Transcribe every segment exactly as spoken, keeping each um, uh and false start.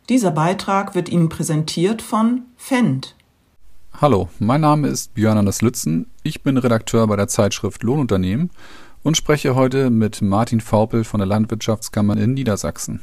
Dieser Beitrag wird Ihnen präsentiert von Fendt. Hallo, mein Name ist Björn Anders Lützen. Ich bin Redakteur bei der Zeitschrift Lohnunternehmen und spreche heute mit Martin Vaupel von der Landwirtschaftskammer in Niedersachsen.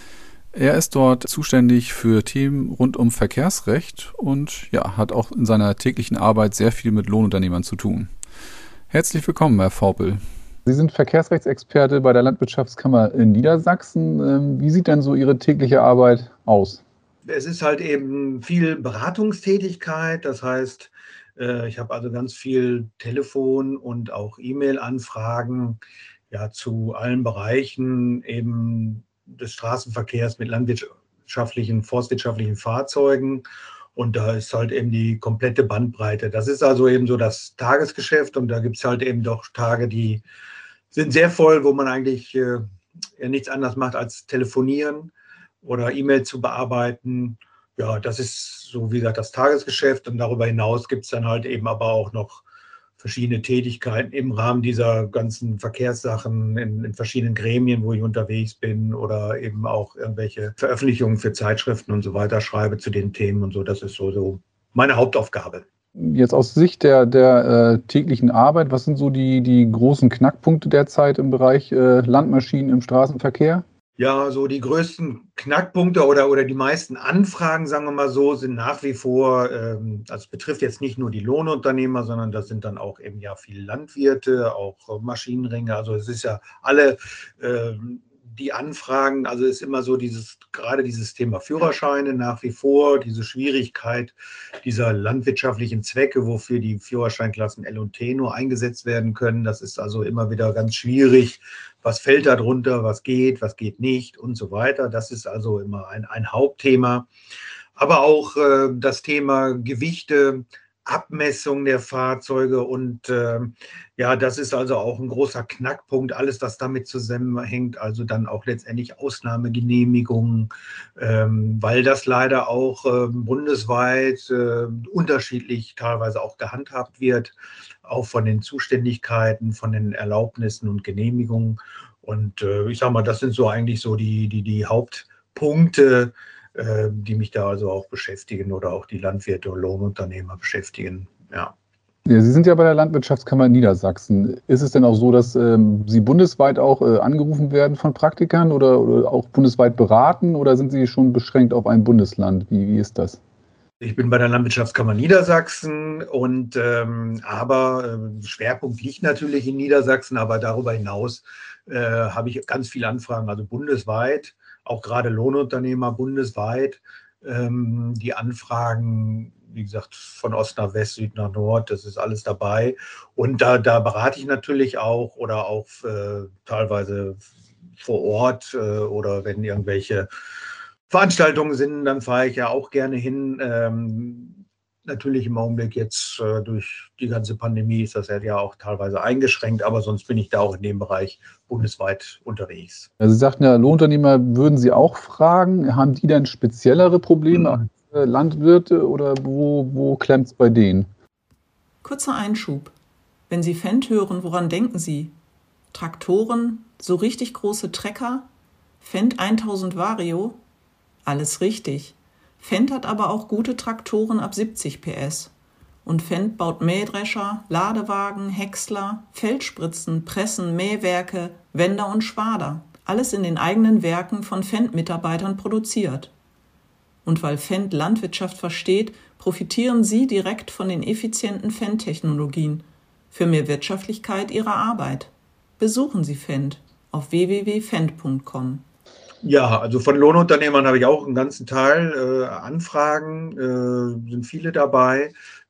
Er ist dort zuständig für Themen rund um Verkehrsrecht und ja, hat auch in seiner täglichen Arbeit sehr viel mit Lohnunternehmern zu tun. Herzlich willkommen, Herr Vaupel. Sie sind Verkehrsrechtsexperte bei der Landwirtschaftskammer in Niedersachsen. Wie sieht denn so Ihre tägliche Arbeit aus? Es ist halt eben viel Beratungstätigkeit. Das heißt, ich habe also ganz viel Telefon- und auch E-Mail-Anfragen ja, zu allen Bereichen eben des Straßenverkehrs mit landwirtschaftlichen, forstwirtschaftlichen Fahrzeugen. Und da ist halt eben die komplette Bandbreite. Das ist also eben so das Tagesgeschäft. Und da gibt es halt eben doch Tage, die sind sehr voll, wo man eigentlich äh, nichts anderes macht als telefonieren oder E-Mail zu bearbeiten. Ja, das ist so, wie gesagt, das Tagesgeschäft. Und darüber hinaus gibt es dann halt eben aber auch noch verschiedene Tätigkeiten im Rahmen dieser ganzen Verkehrssachen in, in verschiedenen Gremien, wo ich unterwegs bin oder eben auch irgendwelche Veröffentlichungen für Zeitschriften und so weiter schreibe zu den Themen und so. Das ist so, so meine Hauptaufgabe. Jetzt aus Sicht der, der äh, täglichen Arbeit, was sind so die, die großen Knackpunkte derzeit im Bereich äh, Landmaschinen im Straßenverkehr? Ja, so die größten Knackpunkte oder, oder die meisten Anfragen, sagen wir mal so, sind nach wie vor, ähm, also es betrifft jetzt nicht nur die Lohnunternehmer, sondern das sind dann auch eben ja viele Landwirte, auch Maschinenringe. Also es ist ja alle ähm, die Anfragen, also ist immer so dieses, gerade dieses Thema Führerscheine nach wie vor, diese Schwierigkeit dieser landwirtschaftlichen Zwecke, wofür die Führerscheinklassen L und T nur eingesetzt werden können. Das ist also immer wieder ganz schwierig. Was fällt da drunter, was geht, was geht nicht und so weiter. Das ist also immer ein, ein Hauptthema. Aber auch äh, das Thema Gewichte, Abmessung der Fahrzeuge und äh, ja, das ist also auch ein großer Knackpunkt, alles, was damit zusammenhängt, also dann auch letztendlich Ausnahmegenehmigungen, ähm, weil das leider auch äh, bundesweit äh, unterschiedlich teilweise auch gehandhabt wird, auch von den Zuständigkeiten, von den Erlaubnissen und Genehmigungen. Und äh, ich sage mal, das sind so eigentlich so die, die, die Hauptpunkte, die mich da also auch beschäftigen oder auch die Landwirte und Lohnunternehmer beschäftigen. Ja. Ja, Sie sind ja bei der Landwirtschaftskammer in Niedersachsen. Ist es denn auch so, dass ähm, Sie bundesweit auch äh, angerufen werden von Praktikern oder, oder auch bundesweit beraten oder sind Sie schon beschränkt auf ein Bundesland? Wie, wie ist das? Ich bin bei der Landwirtschaftskammer Niedersachsen und ähm, aber äh, Schwerpunkt liegt natürlich in Niedersachsen, aber darüber hinaus äh, habe ich ganz viele Anfragen, also bundesweit, auch gerade Lohnunternehmer bundesweit, ähm, die Anfragen, wie gesagt, von Ost nach West, Süd nach Nord, das ist alles dabei. Und da, da berate ich natürlich auch oder auch äh, teilweise vor Ort äh, oder wenn irgendwelche Veranstaltungen sind, dann fahre ich ja auch gerne hin. Ähm, natürlich im Augenblick jetzt äh, durch die ganze Pandemie ist das ja auch teilweise eingeschränkt, aber sonst bin ich da auch in dem Bereich bundesweit unterwegs. Ja, Sie sagten ja, Lohnunternehmer würden Sie auch fragen. Haben die denn speziellere Probleme als äh, Landwirte oder wo, wo klemmt es bei denen? Kurzer Einschub. Wenn Sie Fendt hören, woran denken Sie? Traktoren, so richtig große Trecker? Fendt tausend Vario? Alles richtig. Fendt hat aber auch gute Traktoren ab siebzig P S. Und Fendt baut Mähdrescher, Ladewagen, Häcksler, Feldspritzen, Pressen, Mähwerke, Wender und Schwader. Alles in den eigenen Werken von Fendt-Mitarbeitern produziert. Und weil Fendt Landwirtschaft versteht, profitieren Sie direkt von den effizienten Fendt-Technologien für mehr Wirtschaftlichkeit Ihrer Arbeit. Besuchen Sie Fendt auf w w w punkt fendt punkt com. Ja, also von Lohnunternehmern habe ich auch einen ganzen Teil äh, Anfragen, äh, sind viele dabei.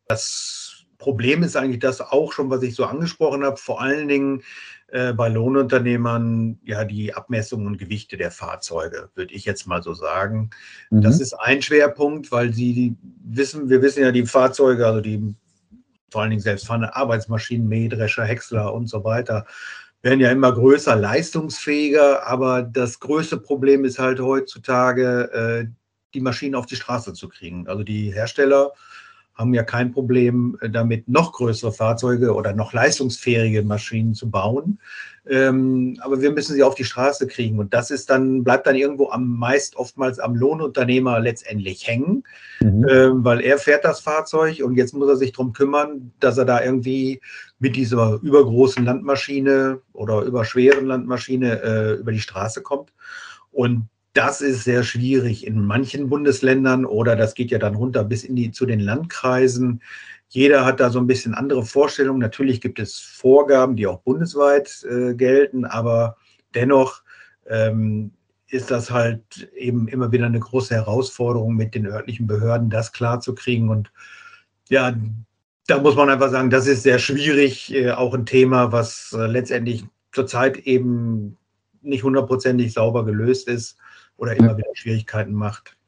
Das Problem ist eigentlich das auch schon, was ich so angesprochen habe, vor allen Dingen äh, bei Lohnunternehmern, ja, die Abmessungen und Gewichte der Fahrzeuge, würde ich jetzt mal so sagen. Mhm. Das ist ein Schwerpunkt, weil sie wissen, wir wissen ja, die Fahrzeuge, also die vor allen Dingen selbstfahrende Arbeitsmaschinen, Mähdrescher, Häcksler und so weiter, werden ja immer größer, leistungsfähiger, aber das größte Problem ist halt heutzutage, äh, die Maschinen auf die Straße zu kriegen. Also die Hersteller haben ja kein Problem damit, noch größere Fahrzeuge oder noch leistungsfähige Maschinen zu bauen. Ähm, aber wir müssen sie auf die Straße kriegen. Und das ist dann, bleibt dann irgendwo am meist oftmals am Lohnunternehmer letztendlich hängen, mhm. ähm, weil er fährt das Fahrzeug und jetzt muss er sich darum kümmern, dass er da irgendwie mit dieser übergroßen Landmaschine oder überschweren Landmaschine äh, über die Straße kommt. Und das ist sehr schwierig in manchen Bundesländern oder das geht ja dann runter bis in die, zu den Landkreisen. Jeder hat da so ein bisschen andere Vorstellungen. Natürlich gibt es Vorgaben, die auch bundesweit äh, gelten, aber dennoch ähm, ist das halt eben immer wieder eine große Herausforderung mit den örtlichen Behörden, das klarzukriegen. Und ja, da muss man einfach sagen, das ist sehr schwierig, äh, auch ein Thema, was äh, letztendlich zurzeit eben nicht hundertprozentig sauber gelöst ist oder immer ja. wieder Schwierigkeiten macht.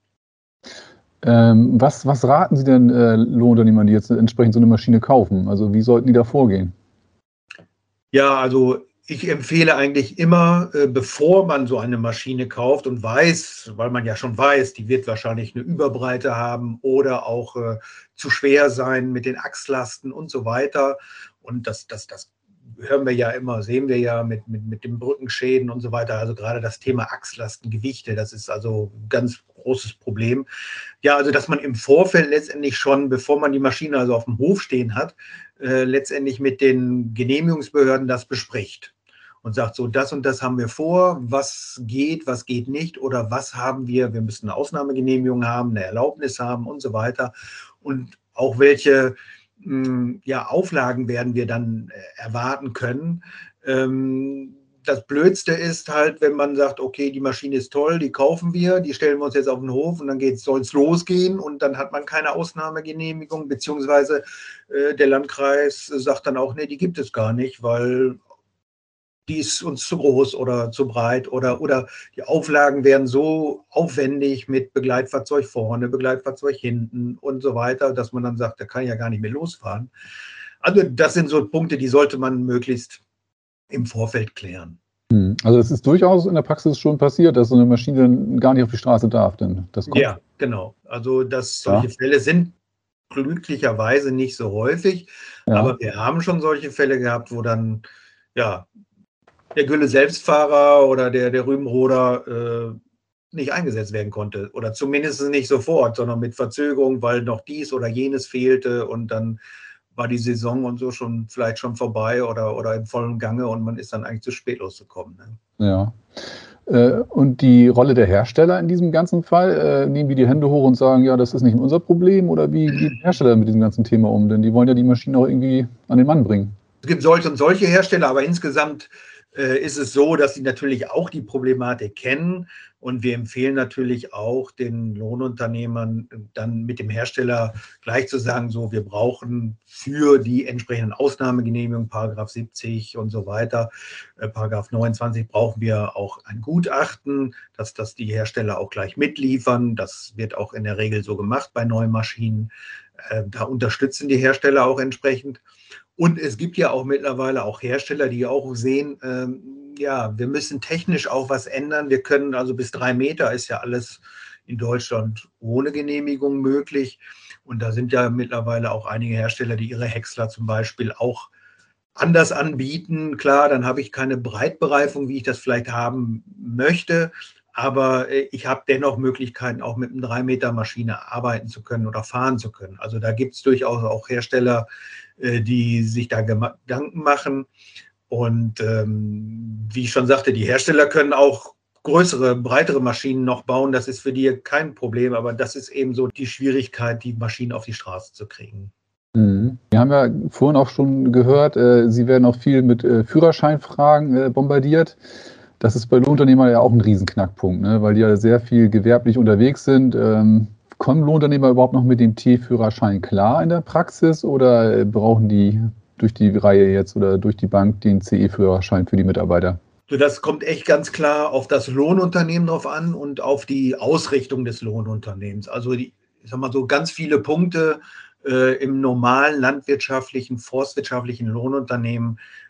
Ähm, was, was raten Sie denn äh, Lohnunternehmern, die jetzt entsprechend so eine Maschine kaufen? Also wie sollten die da vorgehen? Ja, also ich empfehle eigentlich immer, äh, bevor man so eine Maschine kauft und weiß, weil man ja schon weiß, die wird wahrscheinlich eine Überbreite haben oder auch äh, zu schwer sein mit den Achslasten und so weiter. Und das, das, das hören wir ja immer, sehen wir ja mit, mit, mit den Brückenschäden und so weiter. Also gerade das Thema Achslasten, Gewichte, das ist also ein ganz großes Problem. Ja, also dass man im Vorfeld letztendlich schon, bevor man die Maschine also auf dem Hof stehen hat, äh, letztendlich mit den Genehmigungsbehörden das bespricht und sagt, so das und das haben wir vor, was geht, was geht nicht oder was haben wir, wir müssen eine Ausnahmegenehmigung haben, eine Erlaubnis haben und so weiter und auch welche ja, Auflagen werden wir dann erwarten können. Ähm, das Blödste ist halt, wenn man sagt, okay, die Maschine ist toll, die kaufen wir, die stellen wir uns jetzt auf den Hof und dann soll es losgehen und dann hat man keine Ausnahmegenehmigung, beziehungsweise äh, der Landkreis sagt dann auch, nee, die gibt es gar nicht, weil die ist uns zu groß oder zu breit oder, oder die Auflagen werden so aufwendig mit Begleitfahrzeug vorne, Begleitfahrzeug hinten und so weiter, dass man dann sagt, da kann ich ja gar nicht mehr losfahren. Also das sind so Punkte, die sollte man möglichst im Vorfeld klären. Also es ist durchaus in der Praxis schon passiert, dass so eine Maschine gar nicht auf die Straße darf. Denn das kommt. Ja, genau. Also dass solche ja. Fälle sind glücklicherweise nicht so häufig, ja. aber wir haben schon solche Fälle gehabt, wo dann ja der Gülle-Selbstfahrer oder der, der Rübenroder äh, nicht eingesetzt werden konnte. Oder zumindest nicht sofort, sondern mit Verzögerung, weil noch dies oder jenes fehlte und dann war die Saison und so schon vielleicht schon vorbei oder, oder im vollen Gange und man ist dann eigentlich zu spät losgekommen. Ne? Ja. Äh, und die Rolle der Hersteller in diesem ganzen Fall, äh, nehmen die die Hände hoch und sagen, ja, das ist nicht unser Problem oder wie gehen die Hersteller mit diesem ganzen Thema um? Denn die wollen ja die Maschinen auch irgendwie an den Mann bringen. Es gibt solche und solche Hersteller, aber insgesamt ist es so, dass sie natürlich auch die Problematik kennen und wir empfehlen natürlich auch den Lohnunternehmern dann mit dem Hersteller gleich zu sagen, so wir brauchen für die entsprechenden Ausnahmegenehmigungen, Paragraph siebzig und so weiter, äh, Paragraph neunundzwanzig brauchen wir auch ein Gutachten, dass das die Hersteller auch gleich mitliefern. Das wird auch in der Regel so gemacht bei neuen Maschinen. Äh, da unterstützen die Hersteller auch entsprechend. Und es gibt ja auch mittlerweile auch Hersteller, die auch sehen, ähm, ja, wir müssen technisch auch was ändern. Wir können also bis drei Meter ist ja alles in Deutschland ohne Genehmigung möglich. Und da sind ja mittlerweile auch einige Hersteller, die ihre Häcksler zum Beispiel auch anders anbieten. Klar, dann habe ich keine Breitbereifung, wie ich das vielleicht haben möchte. Aber ich habe dennoch Möglichkeiten, auch mit einer drei Meter Maschine arbeiten zu können oder fahren zu können. Also da gibt es durchaus auch Hersteller, die sich da Gedanken machen. Und ähm, wie ich schon sagte, die Hersteller können auch größere, breitere Maschinen noch bauen. Das ist für die kein Problem. Aber das ist eben so die Schwierigkeit, die Maschinen auf die Straße zu kriegen. Mhm. Wir haben ja vorhin auch schon gehört, äh, Sie werden auch viel mit äh, Führerscheinfragen äh, bombardiert. Das ist bei Lohnunternehmern ja auch ein Riesenknackpunkt, ne? Weil die ja sehr viel gewerblich unterwegs sind. Ähm, kommen Lohnunternehmer überhaupt noch mit dem T-Führerschein klar in der Praxis oder brauchen die durch die Reihe jetzt oder durch die Bank den C E-Führerschein für die Mitarbeiter? So, das kommt echt ganz klar auf das Lohnunternehmen drauf an und auf die Ausrichtung des Lohnunternehmens. Also die, ich sag mal so ganz viele Punkte äh, im normalen landwirtschaftlichen, forstwirtschaftlichen Lohnunternehmen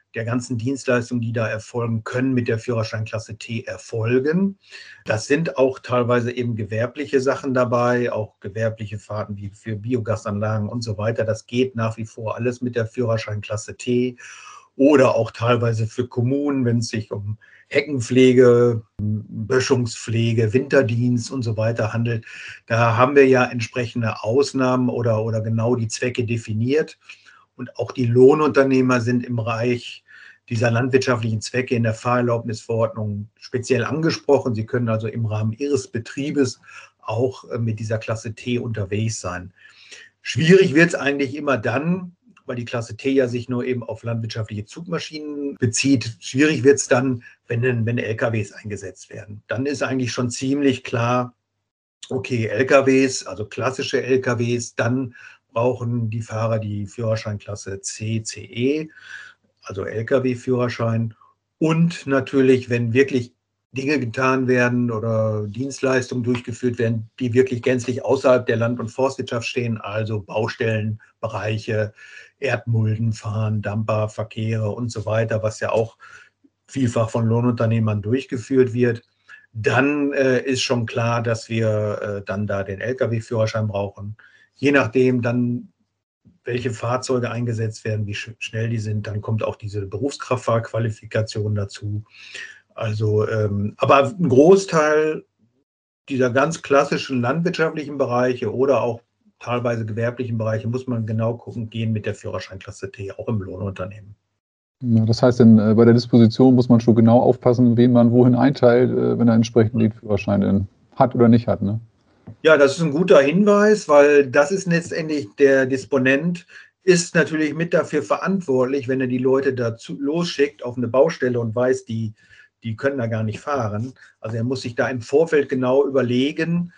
der ganzen Dienstleistungen, die da erfolgen, können mit der Führerscheinklasse T erfolgen. Das sind auch teilweise eben gewerbliche Sachen dabei, auch gewerbliche Fahrten wie für Biogasanlagen und so weiter. Das geht nach wie vor alles mit der Führerscheinklasse T. Oder auch teilweise für Kommunen, wenn es sich um Heckenpflege, Böschungspflege, Winterdienst und so weiter handelt. Da haben wir ja entsprechende Ausnahmen oder, oder genau die Zwecke definiert. Und auch die Lohnunternehmer sind im Bereich dieser landwirtschaftlichen Zwecke in der Fahrerlaubnisverordnung speziell angesprochen. Sie können also im Rahmen ihres Betriebes auch mit dieser Klasse T unterwegs sein. Schwierig wird es eigentlich immer dann, weil die Klasse T ja sich nur eben auf landwirtschaftliche Zugmaschinen bezieht. Schwierig wird es dann, wenn, wenn L K Ws eingesetzt werden. Dann ist eigentlich schon ziemlich klar, okay, L K Ws, also klassische L K Ws, dann brauchen die Fahrer die Führerscheinklasse C, C E, also L K W-Führerschein. Und natürlich, wenn wirklich Dinge getan werden oder Dienstleistungen durchgeführt werden, die wirklich gänzlich außerhalb der Land- und Forstwirtschaft stehen, also Baustellenbereiche, Erdmulden fahren, Dumper, Verkehre und so weiter, was ja auch vielfach von Lohnunternehmern durchgeführt wird, dann äh, ist schon klar, dass wir äh, dann da den L K W-Führerschein brauchen. Je nachdem dann, welche Fahrzeuge eingesetzt werden, wie sch schnell die sind, dann kommt auch diese Berufskraftfahrqualifikation dazu. Also, ähm, aber ein Großteil dieser ganz klassischen landwirtschaftlichen Bereiche oder auch teilweise gewerblichen Bereiche muss man genau gucken, gehen mit der Führerscheinklasse T, auch im Lohnunternehmen. Ja, das heißt, denn, äh, bei der Disposition muss man schon genau aufpassen, wen man wohin einteilt, äh, wenn er entsprechend den Führerschein denn hat oder nicht hat, ne? Ja, das ist ein guter Hinweis, weil das ist letztendlich der Disponent, ist natürlich mit dafür verantwortlich, wenn er die Leute dazu losschickt auf eine Baustelle und weiß, die, die können da gar nicht fahren. Also er muss sich da im Vorfeld genau überlegen,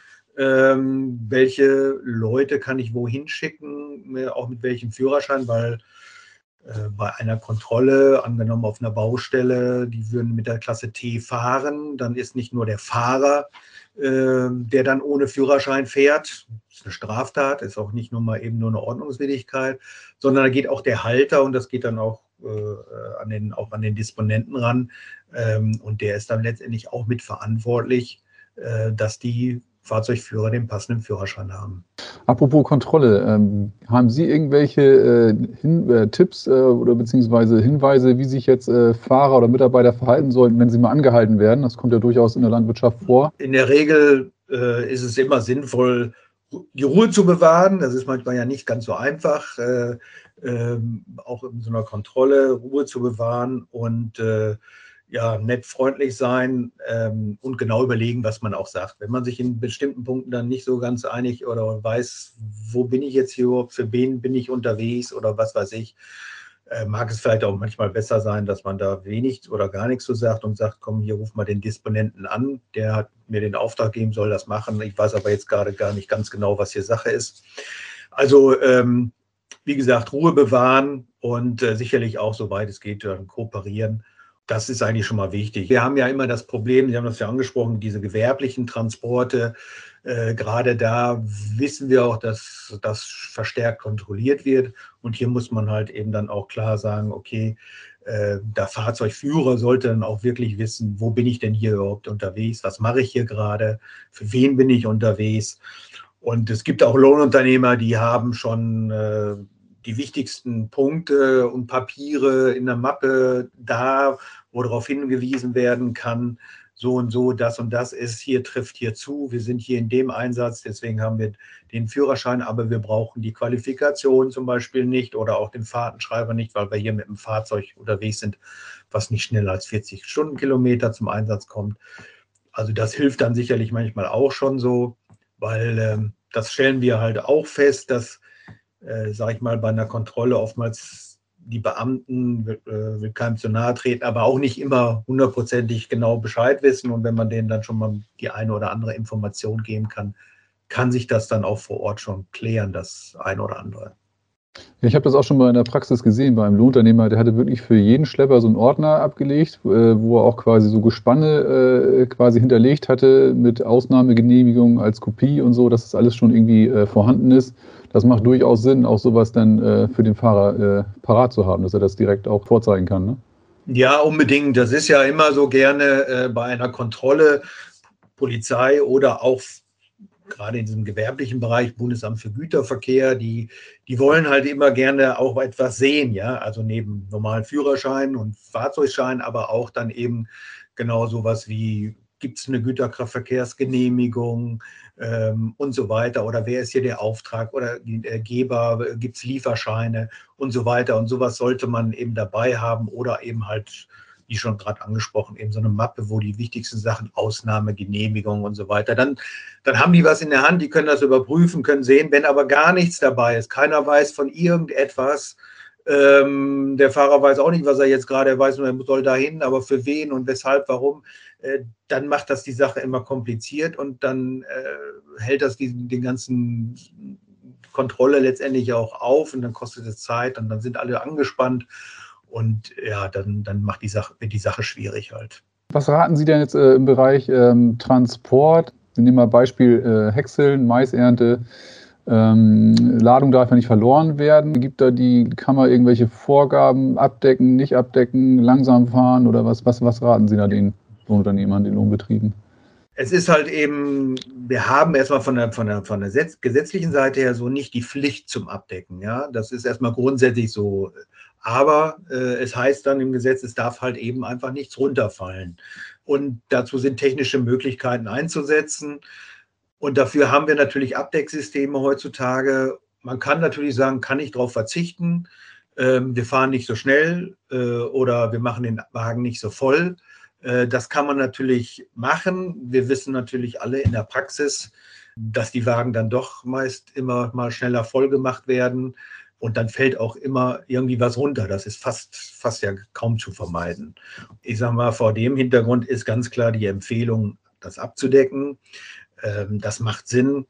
ähm, welche Leute kann ich wohin schicken, äh, auch mit welchem Führerschein, weil äh, bei einer Kontrolle, angenommen auf einer Baustelle, die würden mit der Klasse T fahren, dann ist nicht nur der Fahrer, äh, der dann ohne Führerschein fährt, das ist eine Straftat, ist auch nicht nur mal eben nur eine Ordnungswidrigkeit, sondern da geht auch der Halter und das geht dann auch, äh, an, den, auch an den Disponenten ran. Ähm, und der ist dann letztendlich auch mitverantwortlich, äh, dass die Fahrzeugführer den passenden Führerschein haben. Apropos Kontrolle, ähm, haben Sie irgendwelche äh, Hin äh, Tipps äh, oder beziehungsweise Hinweise, wie sich jetzt äh, Fahrer oder Mitarbeiter verhalten sollten, wenn sie mal angehalten werden? Das kommt ja durchaus in der Landwirtschaft vor. In der Regel äh, ist es immer sinnvoll, die Ruhe zu bewahren. Das ist manchmal ja nicht ganz so einfach, äh, äh, auch in so einer Kontrolle Ruhe zu bewahren und äh, ja, nett freundlich sein ähm, und genau überlegen, was man auch sagt. Wenn man sich in bestimmten Punkten dann nicht so ganz einig oder weiß, wo bin ich jetzt hier überhaupt, für wen bin ich unterwegs oder was weiß ich, äh, mag es vielleicht auch manchmal besser sein, dass man da wenig oder gar nichts so sagt und sagt, komm, hier ruf mal den Disponenten an, der hat mir den Auftrag gegeben, soll das machen. Ich weiß aber jetzt gerade gar nicht ganz genau, was hier Sache ist. Also, ähm, wie gesagt, Ruhe bewahren und äh, sicherlich auch, soweit es geht, dann kooperieren. Das ist eigentlich schon mal wichtig. Wir haben ja immer das Problem, Sie haben das ja angesprochen, diese gewerblichen Transporte. Äh, gerade da wissen wir auch, dass das verstärkt kontrolliert wird. Und hier muss man halt eben dann auch klar sagen, okay, äh, der Fahrzeugführer sollte dann auch wirklich wissen, wo bin ich denn hier überhaupt unterwegs? Was mache ich hier gerade? Für wen bin ich unterwegs? Und es gibt auch Lohnunternehmer, die haben schon äh, die wichtigsten Punkte und Papiere in der Mappe da, wo darauf hingewiesen werden kann, so und so, das und das ist hier, trifft hier zu. Wir sind hier in dem Einsatz, deswegen haben wir den Führerschein, aber wir brauchen die Qualifikation zum Beispiel nicht oder auch den Fahrtenschreiber nicht, weil wir hier mit dem Fahrzeug unterwegs sind, was nicht schneller als vierzig Stundenkilometer zum Einsatz kommt. Also das hilft dann sicherlich manchmal auch schon so, weil ähm, das stellen wir halt auch fest, dass, äh, sage ich mal, bei einer Kontrolle oftmals die Beamten, will, äh, will keinem zu nahe treten, aber auch nicht immer hundertprozentig genau Bescheid wissen. Und wenn man denen dann schon mal die eine oder andere Information geben kann, kann sich das dann auch vor Ort schon klären, das eine oder andere. Ja, ich habe das auch schon mal in der Praxis gesehen bei einem Lohnunternehmer, der hatte wirklich für jeden Schlepper so einen Ordner abgelegt, äh, wo er auch quasi so Gespanne äh, quasi hinterlegt hatte mit Ausnahmegenehmigung als Kopie und so, dass das alles schon irgendwie äh, vorhanden ist. Das macht durchaus Sinn, auch sowas dann äh, für den Fahrer äh, parat zu haben, dass er das direkt auch vorzeigen kann, ne? Ja, unbedingt. Das ist ja immer so gerne äh, bei einer Kontrolle, Polizei oder auch gerade in diesem gewerblichen Bereich, Bundesamt für Güterverkehr, die, die wollen halt immer gerne auch etwas sehen, ja, also neben normalen Führerschein und Fahrzeugschein, aber auch dann eben genau sowas wie, gibt es eine Güterkraftverkehrsgenehmigung ähm, und so weiter, oder wer ist hier der Auftrag oder der Geber, gibt es Lieferscheine und so weiter, und sowas sollte man eben dabei haben oder eben halt, wie schon gerade angesprochen, eben so eine Mappe, wo die wichtigsten Sachen, Ausnahme, Genehmigung und so weiter, dann, dann haben die was in der Hand, die können das überprüfen, können sehen. Wenn aber gar nichts dabei ist, keiner weiß von irgendetwas, ähm, der Fahrer weiß auch nicht, was er jetzt gerade, er weiß nur, er soll dahin, aber für wen und weshalb, warum, äh, dann macht das die Sache immer kompliziert und dann äh, hält das die, den ganzen Kontrolle letztendlich auch auf und dann kostet es Zeit und dann sind alle angespannt. Und ja, dann, dann macht die Sache, wird die Sache schwierig halt. Was raten Sie denn jetzt äh, im Bereich ähm, Transport? Wir nehmen mal Beispiel äh, Häckseln, Maisernte. Ähm, Ladung darf ja nicht verloren werden. Gibt da die Kammer irgendwelche Vorgaben, abdecken, nicht abdecken, langsam fahren oder was, was, was raten Sie da den Lohnunternehmern, den Lohnbetrieben? Es ist halt eben, wir haben erstmal von der, von der, von der gesetzlichen Seite her so nicht die Pflicht zum Abdecken. Ja? Das ist erstmal grundsätzlich so. Aber äh, es heißt dann im Gesetz, es darf halt eben einfach nichts runterfallen. Und dazu sind technische Möglichkeiten einzusetzen. Und dafür haben wir natürlich Abdecksysteme heutzutage. Man kann natürlich sagen, kann ich darauf verzichten. Ähm, wir fahren nicht so schnell äh, oder wir machen den Wagen nicht so voll. Äh, das kann man natürlich machen. Wir wissen natürlich alle in der Praxis, dass die Wagen dann doch meist immer mal schneller voll gemacht werden. Und dann fällt auch immer irgendwie was runter. Das ist fast, fast ja kaum zu vermeiden. Ich sage mal, vor dem Hintergrund ist ganz klar die Empfehlung, das abzudecken. Ähm, das macht Sinn.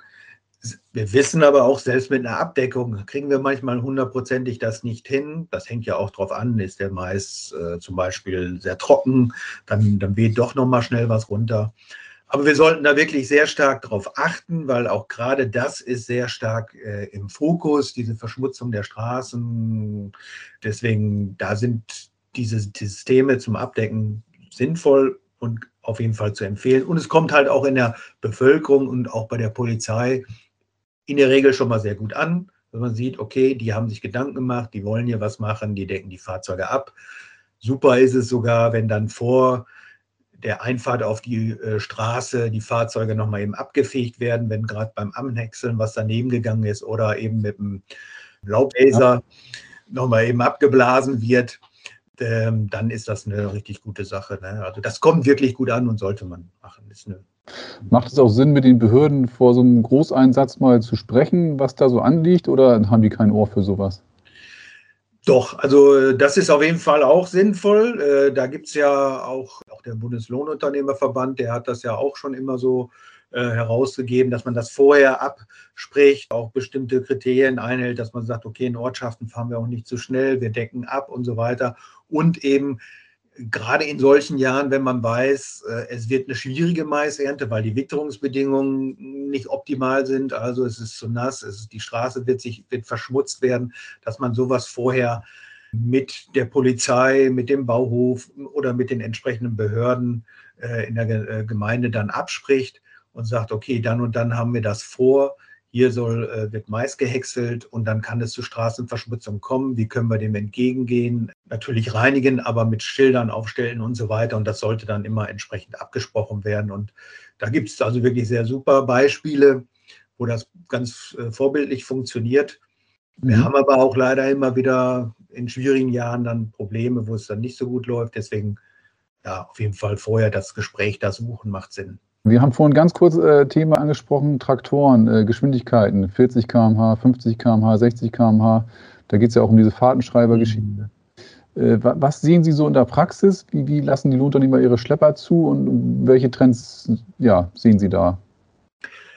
Wir wissen aber auch, selbst mit einer Abdeckung kriegen wir manchmal hundertprozentig das nicht hin. Das hängt ja auch drauf an, ist der Mais äh, zum Beispiel sehr trocken, dann, dann weht doch nochmal schnell was runter. Aber wir sollten da wirklich sehr stark darauf achten, weil auch gerade das ist sehr stark äh, im Fokus, diese Verschmutzung der Straßen. Deswegen, da sind diese Systeme zum Abdecken sinnvoll und auf jeden Fall zu empfehlen. Und es kommt halt auch in der Bevölkerung und auch bei der Polizei in der Regel schon mal sehr gut an, wenn man sieht, okay, die haben sich Gedanken gemacht, die wollen hier was machen, die decken die Fahrzeuge ab. Super ist es sogar, wenn dann vor der Einfahrt auf die äh, Straße die Fahrzeuge nochmal eben abgefegt werden, wenn gerade beim Anhäckseln was daneben gegangen ist oder eben mit dem Laubbläser ja. nochmal eben abgeblasen wird, ähm, dann ist das eine richtig gute Sache. Ne? Also das kommt wirklich gut an und sollte man machen. Ist eine Macht es auch Sinn, mit den Behörden vor so einem Großeinsatz mal zu sprechen, was da so anliegt, oder haben die kein Ohr für sowas? Doch, also das ist auf jeden Fall auch sinnvoll. Da gibt es ja auch, auch der Bundeslohnunternehmerverband, der hat das ja auch schon immer so äh, herausgegeben, dass man das vorher abspricht, auch bestimmte Kriterien einhält, dass man sagt, okay, in Ortschaften fahren wir auch nicht zu schnell, wir decken ab und so weiter. Und eben gerade in solchen Jahren, wenn man weiß, es wird eine schwierige Maisernte, weil die Witterungsbedingungen nicht optimal sind, also es ist zu nass, es ist, die Straße wird, sich, wird verschmutzt werden, dass man sowas vorher mit der Polizei, mit dem Bauhof oder mit den entsprechenden Behörden in der Gemeinde dann abspricht und sagt, okay, dann und dann haben wir das vor, hier soll, äh, wird Mais gehäckselt und dann kann es zu Straßenverschmutzung kommen. Wie können wir dem entgegengehen? Natürlich reinigen, aber mit Schildern aufstellen und so weiter. Und das sollte dann immer entsprechend abgesprochen werden. Und da gibt es also wirklich sehr super Beispiele, wo das ganz äh, vorbildlich funktioniert. Wir mhm. haben aber auch leider immer wieder in schwierigen Jahren dann Probleme, wo es dann nicht so gut läuft. Deswegen ja, auf jeden Fall vorher das Gespräch da suchen macht Sinn. Wir haben vorhin ganz kurz äh, Thema angesprochen, Traktoren, äh, Geschwindigkeiten, vierzig Kilometer pro Stunde, fünfzig Kilometer pro Stunde, sechzig Kilometer pro Stunde. Da geht es ja auch um diese Fahrtenschreibergeschichte. Mhm. Äh, was sehen Sie so in der Praxis? Wie, wie lassen die Lohnunternehmer ihre Schlepper zu und welche Trends ja, sehen Sie da?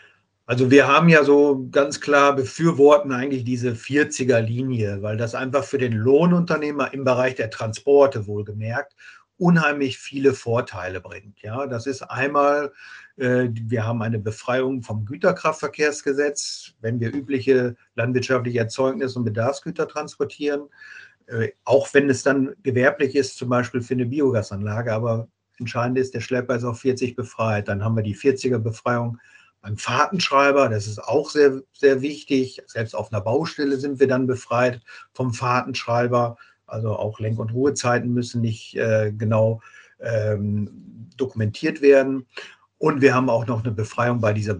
Also wir haben ja so ganz klar befürworten eigentlich diese vierziger-Linie, weil das einfach für den Lohnunternehmer im Bereich der Transporte wohlgemerkt unheimlich viele Vorteile bringt. Ja, das ist einmal, äh, wir haben eine Befreiung vom Güterkraftverkehrsgesetz, wenn wir übliche landwirtschaftliche Erzeugnisse und Bedarfsgüter transportieren, äh, auch wenn es dann gewerblich ist, zum Beispiel für eine Biogasanlage, aber entscheidend ist, der Schlepper ist auf vierzig befreit. Dann haben wir die vierziger-Befreiung beim Fahrtenschreiber, das ist auch sehr, sehr wichtig. Selbst auf einer Baustelle sind wir dann befreit vom Fahrtenschreiber. Also auch Lenk- und Ruhezeiten müssen nicht äh, genau ähm, dokumentiert werden. Und wir haben auch noch eine Befreiung bei dieser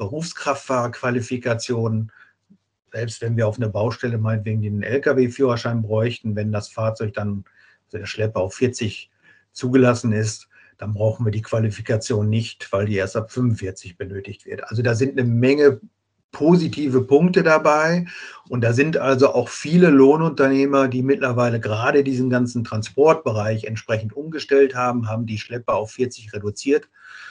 Berufskraftfahrerqualifikation. Selbst wenn wir auf einer Baustelle meinetwegen den L K W-Führerschein bräuchten, wenn das Fahrzeug dann, also der Schlepper auf vierzig zugelassen ist, dann brauchen wir die Qualifikation nicht, weil die erst ab fünfundvierzig benötigt wird. Also da sind eine Menge positive Punkte dabei. Und da sind also auch viele Lohnunternehmer, die mittlerweile gerade diesen ganzen Transportbereich entsprechend umgestellt haben, haben die Schlepper auf vierzig reduziert,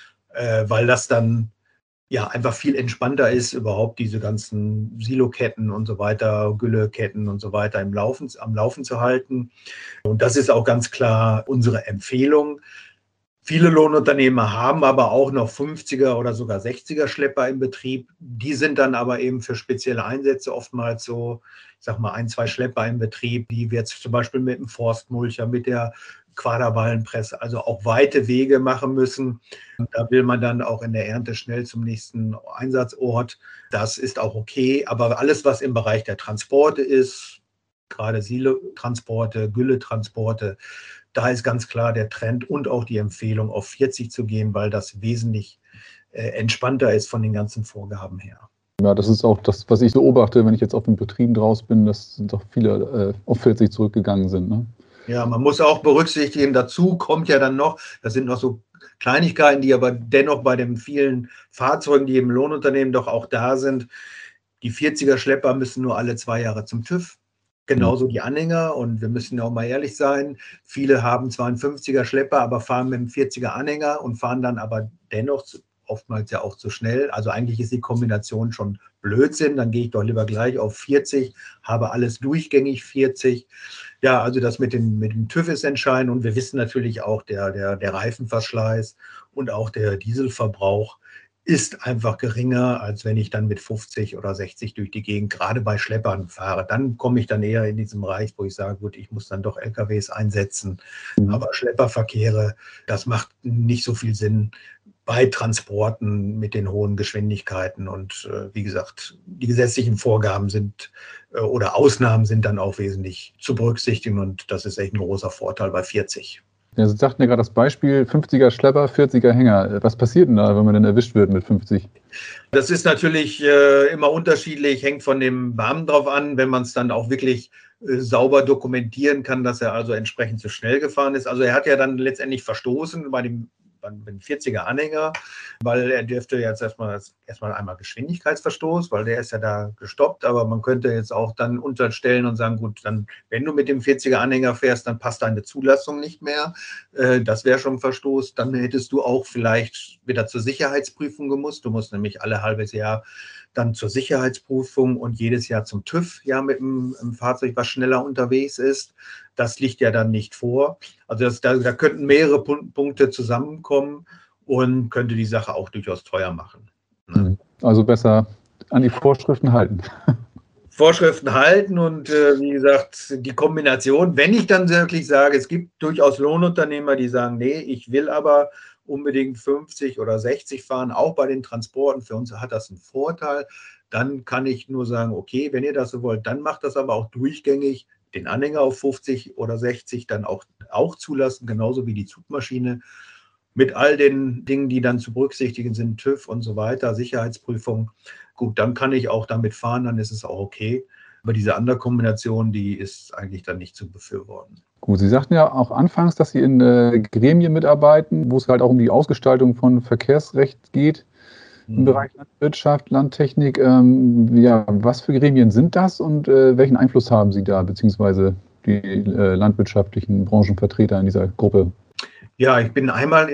äh, weil das dann ja einfach viel entspannter ist, überhaupt diese ganzen Siloketten und so weiter, Gülleketten und so weiter im Laufen, am Laufen zu halten. Und das ist auch ganz klar unsere Empfehlung. Viele Lohnunternehmer haben aber auch noch fünfziger oder sogar sechziger Schlepper im Betrieb. Die sind dann aber eben für spezielle Einsätze oftmals so, ich sag mal, ein, zwei Schlepper im Betrieb, die wir jetzt zum Beispiel mit dem Forstmulcher, mit der Quaderballenpresse, also auch weite Wege machen müssen. Da will man dann auch in der Ernte schnell zum nächsten Einsatzort. Das ist auch okay. Aber alles, was im Bereich der Transporte ist, gerade Silotransporte, Gülletransporte, da ist ganz klar der Trend und auch die Empfehlung, auf vierzig zu gehen, weil das wesentlich äh, entspannter ist von den ganzen Vorgaben her. Ja, das ist auch das, was ich beobachte, wenn ich jetzt auf den Betrieben draus bin, dass doch viele äh, auf vierzig zurückgegangen sind. Ne? Ja, man muss auch berücksichtigen, dazu kommt ja dann noch, das sind noch so Kleinigkeiten, die aber dennoch bei den vielen Fahrzeugen, die im Lohnunternehmen doch auch da sind, die vierziger Schlepper müssen nur alle zwei Jahre zum TÜV. Genauso die Anhänger, und wir müssen auch mal ehrlich sein, viele haben zwar einen fünfziger Schlepper, aber fahren mit einem vierziger Anhänger und fahren dann aber dennoch zu, oftmals ja auch zu schnell. Also eigentlich ist die Kombination schon Blödsinn, dann gehe ich doch lieber gleich auf vierzig, habe alles durchgängig vierzig. Ja, also das mit dem, mit dem TÜV ist entscheidend, und wir wissen natürlich auch, der, der, der Reifenverschleiß und auch der Dieselverbrauch ist einfach geringer, als wenn ich dann mit fünfzig oder sechzig durch die Gegend, gerade bei Schleppern, fahre. Dann komme ich dann eher in diesem Bereich, wo ich sage, gut, ich muss dann doch L K Ws einsetzen. Mhm. Aber Schlepperverkehre, das macht nicht so viel Sinn bei Transporten mit den hohen Geschwindigkeiten. Und äh, wie gesagt, die gesetzlichen Vorgaben sind äh, oder Ausnahmen sind dann auch wesentlich zu berücksichtigen. Und das ist echt ein großer Vorteil bei vierzig. Ja, Sie sagten ja gerade das Beispiel, fünfziger Schlepper, vierziger Hänger. Was passiert denn da, wenn man denn erwischt wird mit fünfzig? Das ist natürlich äh, immer unterschiedlich, hängt von dem Beamten drauf an, wenn man es dann auch wirklich äh, sauber dokumentieren kann, dass er also entsprechend zu schnell gefahren ist. Also er hat ja dann letztendlich verstoßen bei dem beim vierziger Anhänger, weil er dürfte jetzt erstmal, erstmal einmal Geschwindigkeitsverstoß, weil der ist ja da gestoppt, aber man könnte jetzt auch dann unterstellen und sagen, gut, dann, wenn du mit dem vierziger Anhänger fährst, dann passt deine Zulassung nicht mehr. Das wäre schon ein Verstoß. Dann hättest du auch vielleicht wieder zur Sicherheitsprüfung gemusst. Du musst nämlich alle halbes Jahr dann zur Sicherheitsprüfung und jedes Jahr zum TÜV, ja, mit einem, einem Fahrzeug, was schneller unterwegs ist. Das liegt ja dann nicht vor. Also das, da, da könnten mehrere Punkte zusammenkommen und könnte die Sache auch durchaus teuer machen. Ne? Also besser an die Vorschriften halten. Vorschriften halten und äh, wie gesagt, die Kombination, wenn ich dann wirklich sage, es gibt durchaus Lohnunternehmer, die sagen, nee, ich will aber unbedingt fünfzig oder sechzig fahren, auch bei den Transporten, für uns hat das einen Vorteil, dann kann ich nur sagen, okay, wenn ihr das so wollt, dann macht das aber auch durchgängig, den Anhänger auf fünfzig oder sechzig dann auch, auch zulassen, genauso wie die Zugmaschine, mit all den Dingen, die dann zu berücksichtigen sind, TÜV und so weiter, Sicherheitsprüfung. Gut, dann kann ich auch damit fahren, dann ist es auch okay. Aber diese andere Kombination, die ist eigentlich dann nicht zu befürworten. Gut, Sie sagten ja auch anfangs, dass Sie in äh, Gremien mitarbeiten, wo es halt auch um die Ausgestaltung von Verkehrsrecht geht, mhm. im Bereich Landwirtschaft, Landtechnik. Ähm, ja, was für Gremien sind das und äh, welchen Einfluss haben Sie da, beziehungsweise die äh, landwirtschaftlichen Branchenvertreter in dieser Gruppe? Ja, ich bin einmal im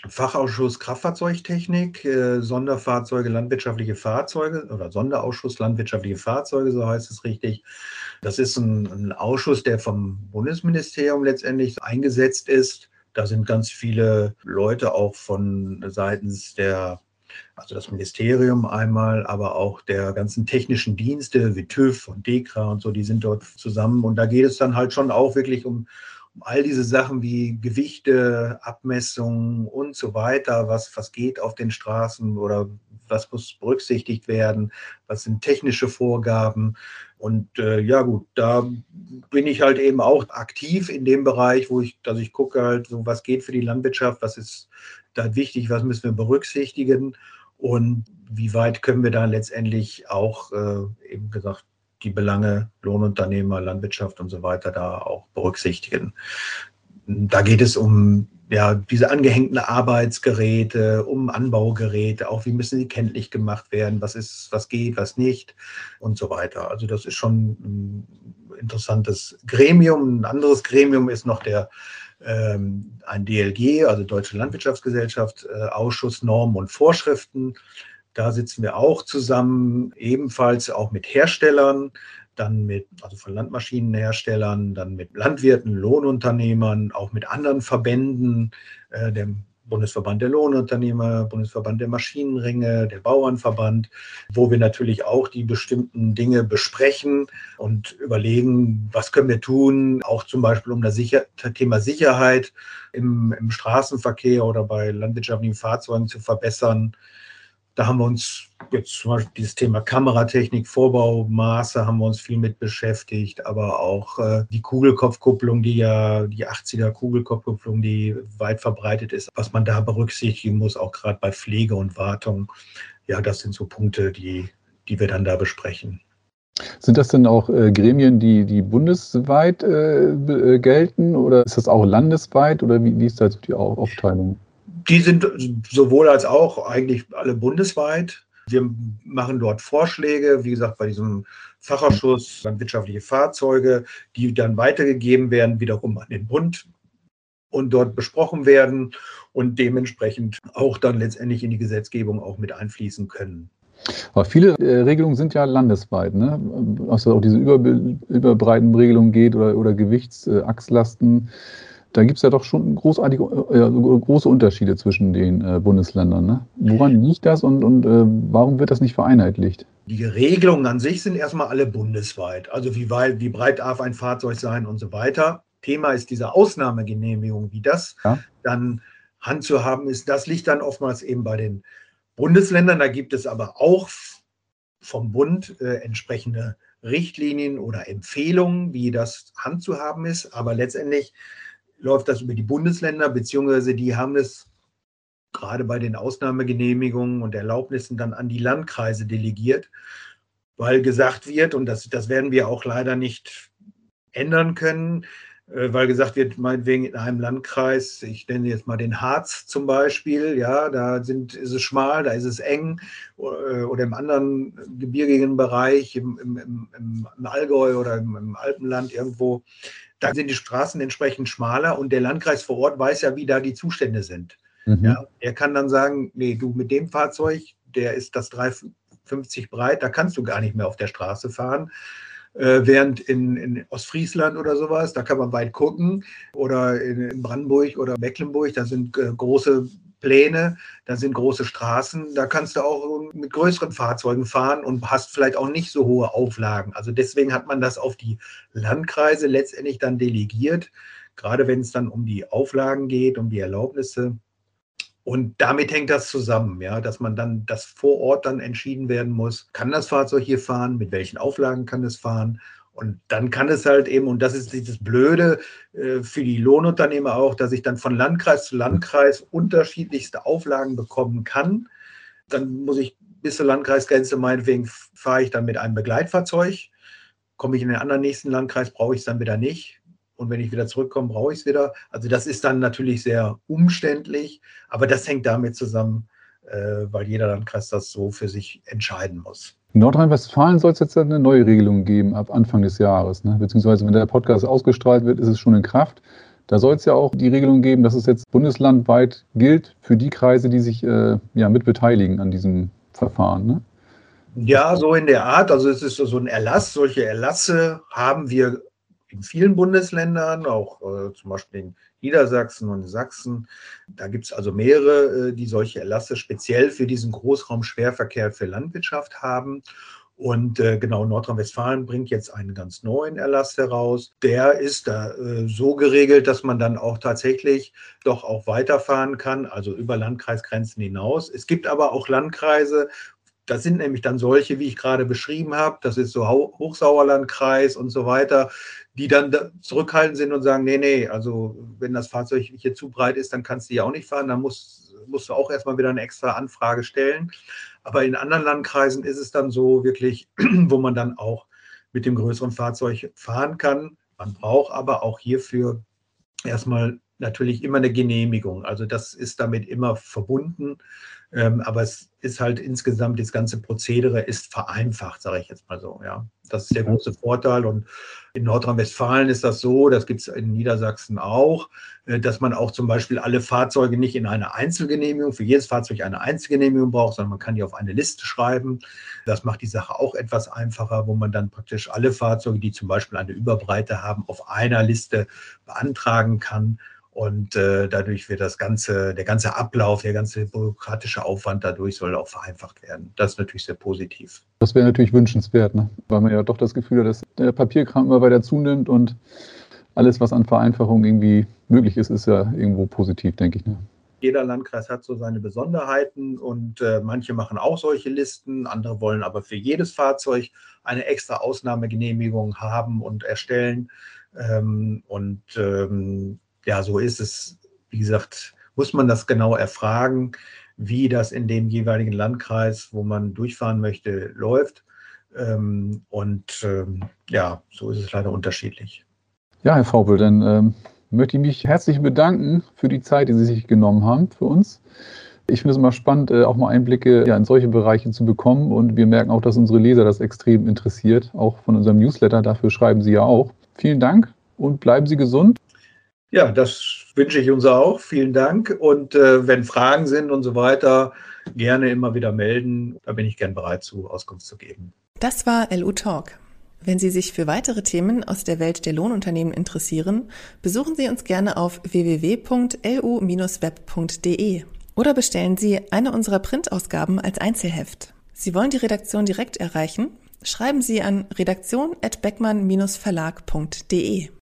Fachausschuss Kraftfahrzeugtechnik, äh, Sonderfahrzeuge, landwirtschaftliche Fahrzeuge oder Sonderausschuss landwirtschaftliche Fahrzeuge, so heißt es richtig. Das ist ein, ein Ausschuss, der vom Bundesministerium letztendlich eingesetzt ist. Da sind ganz viele Leute auch von seitens der, also das Ministerium einmal, aber auch der ganzen technischen Dienste wie TÜV und DEKRA und so, die sind dort zusammen. Und da geht es dann halt schon auch wirklich um Um all diese Sachen wie Gewichte, Abmessungen und so weiter, was, was geht auf den Straßen oder was muss berücksichtigt werden, was sind technische Vorgaben. Und äh, ja gut, da bin ich halt eben auch aktiv in dem Bereich, wo ich, dass ich gucke halt, so was geht für die Landwirtschaft, was ist da wichtig, was müssen wir berücksichtigen und wie weit können wir da letztendlich auch, äh, eben gesagt, die Belange Lohnunternehmer, Landwirtschaft und so weiter da auch berücksichtigen. Da geht es um ja, diese angehängten Arbeitsgeräte, um Anbaugeräte, auch wie müssen sie kenntlich gemacht werden, was ist, was geht, was nicht und so weiter. Also das ist schon ein interessantes Gremium. Ein anderes Gremium ist noch der ähm, ein D L G, also Deutsche Landwirtschaftsgesellschaft, äh, Ausschuss Normen und Vorschriften. Da sitzen wir auch zusammen, ebenfalls auch mit Herstellern, dann mit, also von Landmaschinenherstellern, dann mit Landwirten, Lohnunternehmern, auch mit anderen Verbänden, äh, dem Bundesverband der Lohnunternehmer, Bundesverband der Maschinenringe, der Bauernverband, wo wir natürlich auch die bestimmten Dinge besprechen und überlegen, was können wir tun, auch zum Beispiel um das Sicher- Thema Sicherheit im, im Straßenverkehr oder bei landwirtschaftlichen Fahrzeugen zu verbessern. Da haben wir uns jetzt zum Beispiel dieses Thema Kameratechnik, Vorbaumaße haben wir uns viel mit beschäftigt, aber auch äh, die Kugelkopfkupplung, die ja die achtziger Kugelkopfkupplung, die weit verbreitet ist, was man da berücksichtigen muss, auch gerade bei Pflege und Wartung. Ja, das sind so Punkte, die, die wir dann da besprechen. Sind das denn auch äh, Gremien, die, die bundesweit äh, äh, gelten oder ist das auch landesweit oder wie, wie ist da die Aufteilung? Die sind sowohl als auch eigentlich alle bundesweit. Wir machen dort Vorschläge, wie gesagt, bei diesem Fachausschuss landwirtschaftliche Fahrzeuge, die dann weitergegeben werden, wiederum an den Bund und dort besprochen werden und dementsprechend auch dann letztendlich in die Gesetzgebung auch mit einfließen können. Aber viele äh, Regelungen sind ja landesweit, ne? Also auch diese über, überbreiten Regelungen geht oder, oder Gewichtsachslasten. Äh, Da gibt es ja doch schon großartige, äh, große Unterschiede zwischen den äh, Bundesländern. Ne? Woran liegt das und, und äh, warum wird das nicht vereinheitlicht? Die Regelungen an sich sind erstmal alle bundesweit. Also wie, weit, wie breit darf ein Fahrzeug sein und so weiter. Thema ist diese Ausnahmegenehmigung, wie das ja. dann handzuhaben ist. Das liegt dann oftmals eben bei den Bundesländern. Da gibt es aber auch vom Bund äh, entsprechende Richtlinien oder Empfehlungen, wie das handzuhaben ist. Aber letztendlich läuft das über die Bundesländer, beziehungsweise die haben es gerade bei den Ausnahmegenehmigungen und Erlaubnissen dann an die Landkreise delegiert, weil gesagt wird, und das, das werden wir auch leider nicht ändern können, weil gesagt wird, meinetwegen in einem Landkreis, ich nenne jetzt mal den Harz zum Beispiel, ja, da sind, ist es schmal, da ist es eng, oder im anderen gebirgigen Bereich, im, im, im, im Allgäu oder im, im Alpenland irgendwo, da sind die Straßen entsprechend schmaler und der Landkreis vor Ort weiß ja, wie da die Zustände sind. Mhm. Ja, er kann dann sagen, nee, du mit dem Fahrzeug, der ist das drei fünfzig breit, da kannst du gar nicht mehr auf der Straße fahren. Äh, während in, in Ostfriesland oder sowas, da kann man weit gucken, oder in, in Brandenburg oder Mecklenburg, da sind äh, große Pläne, da sind große Straßen, da kannst du auch mit größeren Fahrzeugen fahren und hast vielleicht auch nicht so hohe Auflagen. Also deswegen hat man das auf die Landkreise letztendlich dann delegiert, gerade wenn es dann um die Auflagen geht, um die Erlaubnisse. Und damit hängt das zusammen, ja, dass man dann, dass vor Ort dann entschieden werden muss, kann das Fahrzeug hier fahren, mit welchen Auflagen kann es fahren? Und dann kann es halt eben, und das ist dieses Blöde äh, für die Lohnunternehmer auch, dass ich dann von Landkreis zu Landkreis unterschiedlichste Auflagen bekommen kann. Dann muss ich bis zur Landkreisgrenze, meinetwegen fahre ich dann mit einem Begleitfahrzeug. Komme ich in den anderen nächsten Landkreis, brauche ich es dann wieder nicht. Und wenn ich wieder zurückkomme, brauche ich es wieder. Also das ist dann natürlich sehr umständlich, aber das hängt damit zusammen, äh, weil jeder Landkreis das so für sich entscheiden muss. In Nordrhein-Westfalen soll es jetzt eine neue Regelung geben ab Anfang des Jahres, ne? Beziehungsweise wenn der Podcast ausgestrahlt wird, ist es schon in Kraft. Da soll es ja auch die Regelung geben, dass es jetzt bundeslandweit gilt für die Kreise, die sich äh, ja, mit beteiligen an diesem Verfahren, ne? Ja, so in der Art. Also es ist so ein Erlass. Solche Erlasse haben wir in vielen Bundesländern, auch äh, zum Beispiel in Niedersachsen und Sachsen. Da gibt es also mehrere, äh, die solche Erlasse speziell für diesen Großraumschwerverkehr für Landwirtschaft haben. Und äh, genau, Nordrhein-Westfalen bringt jetzt einen ganz neuen Erlass heraus. Der ist da äh, so geregelt, dass man dann auch tatsächlich doch auch weiterfahren kann, also über Landkreisgrenzen hinaus. Es gibt aber auch Landkreise, das sind nämlich dann solche, wie ich gerade beschrieben habe, das ist so Hochsauerlandkreis und so weiter, die dann zurückhaltend sind und sagen, nee, nee, also wenn das Fahrzeug hier zu breit ist, dann kannst du hier auch nicht fahren, dann musst, musst du auch erstmal wieder eine extra Anfrage stellen. Aber in anderen Landkreisen ist es dann so wirklich, wo man dann auch mit dem größeren Fahrzeug fahren kann. Man braucht aber auch hierfür erstmal natürlich immer eine Genehmigung. Also das ist damit immer verbunden. Ähm, aber es ist halt insgesamt, das ganze Prozedere ist vereinfacht, sage ich jetzt mal so. Ja, das ist der große Vorteil. Und in Nordrhein-Westfalen ist das so, das gibt es in Niedersachsen auch, äh, dass man auch zum Beispiel alle Fahrzeuge nicht in eine Einzelgenehmigung, für jedes Fahrzeug eine Einzelgenehmigung braucht, sondern man kann die auf eine Liste schreiben. Das macht die Sache auch etwas einfacher, wo man dann praktisch alle Fahrzeuge, die zum Beispiel eine Überbreite haben, auf einer Liste beantragen kann. Und äh, dadurch wird das ganze, der ganze Ablauf, der ganze bürokratische Aufwand dadurch soll auch vereinfacht werden. Das ist natürlich sehr positiv. Das wäre natürlich wünschenswert, ne? Weil man ja doch das Gefühl hat, dass der Papierkram immer weiter zunimmt und alles, was an Vereinfachung irgendwie möglich ist, ist ja irgendwo positiv, denke ich. Ne? Jeder Landkreis hat so seine Besonderheiten und äh, manche machen auch solche Listen, andere wollen aber für jedes Fahrzeug eine extra Ausnahmegenehmigung haben und erstellen. Ähm, und ähm, Ja, so ist es. Wie gesagt, muss man das genau erfragen, wie das in dem jeweiligen Landkreis, wo man durchfahren möchte, läuft. Und ja, so ist es leider unterschiedlich. Ja, Herr Vaupel, dann ähm, möchte ich mich herzlich bedanken für die Zeit, die Sie sich genommen haben für uns. Ich finde es immer spannend, auch mal Einblicke ja, in solche Bereiche zu bekommen. Und wir merken auch, dass unsere Leser das extrem interessiert, auch von unserem Newsletter. Dafür schreiben Sie ja auch. Vielen Dank und bleiben Sie gesund. Ja, das wünsche ich uns auch. Vielen Dank. Und äh, wenn Fragen sind und so weiter, gerne immer wieder melden. Da bin ich gern bereit zu, Auskunft zu geben. Das war L U Talk. Wenn Sie sich für weitere Themen aus der Welt der Lohnunternehmen interessieren, besuchen Sie uns gerne auf w w w punkt l u Bindestrich web punkt d e oder bestellen Sie eine unserer Printausgaben als Einzelheft. Sie wollen die Redaktion direkt erreichen? Schreiben Sie an redaktion at beckmann Bindestrich verlag punkt d e.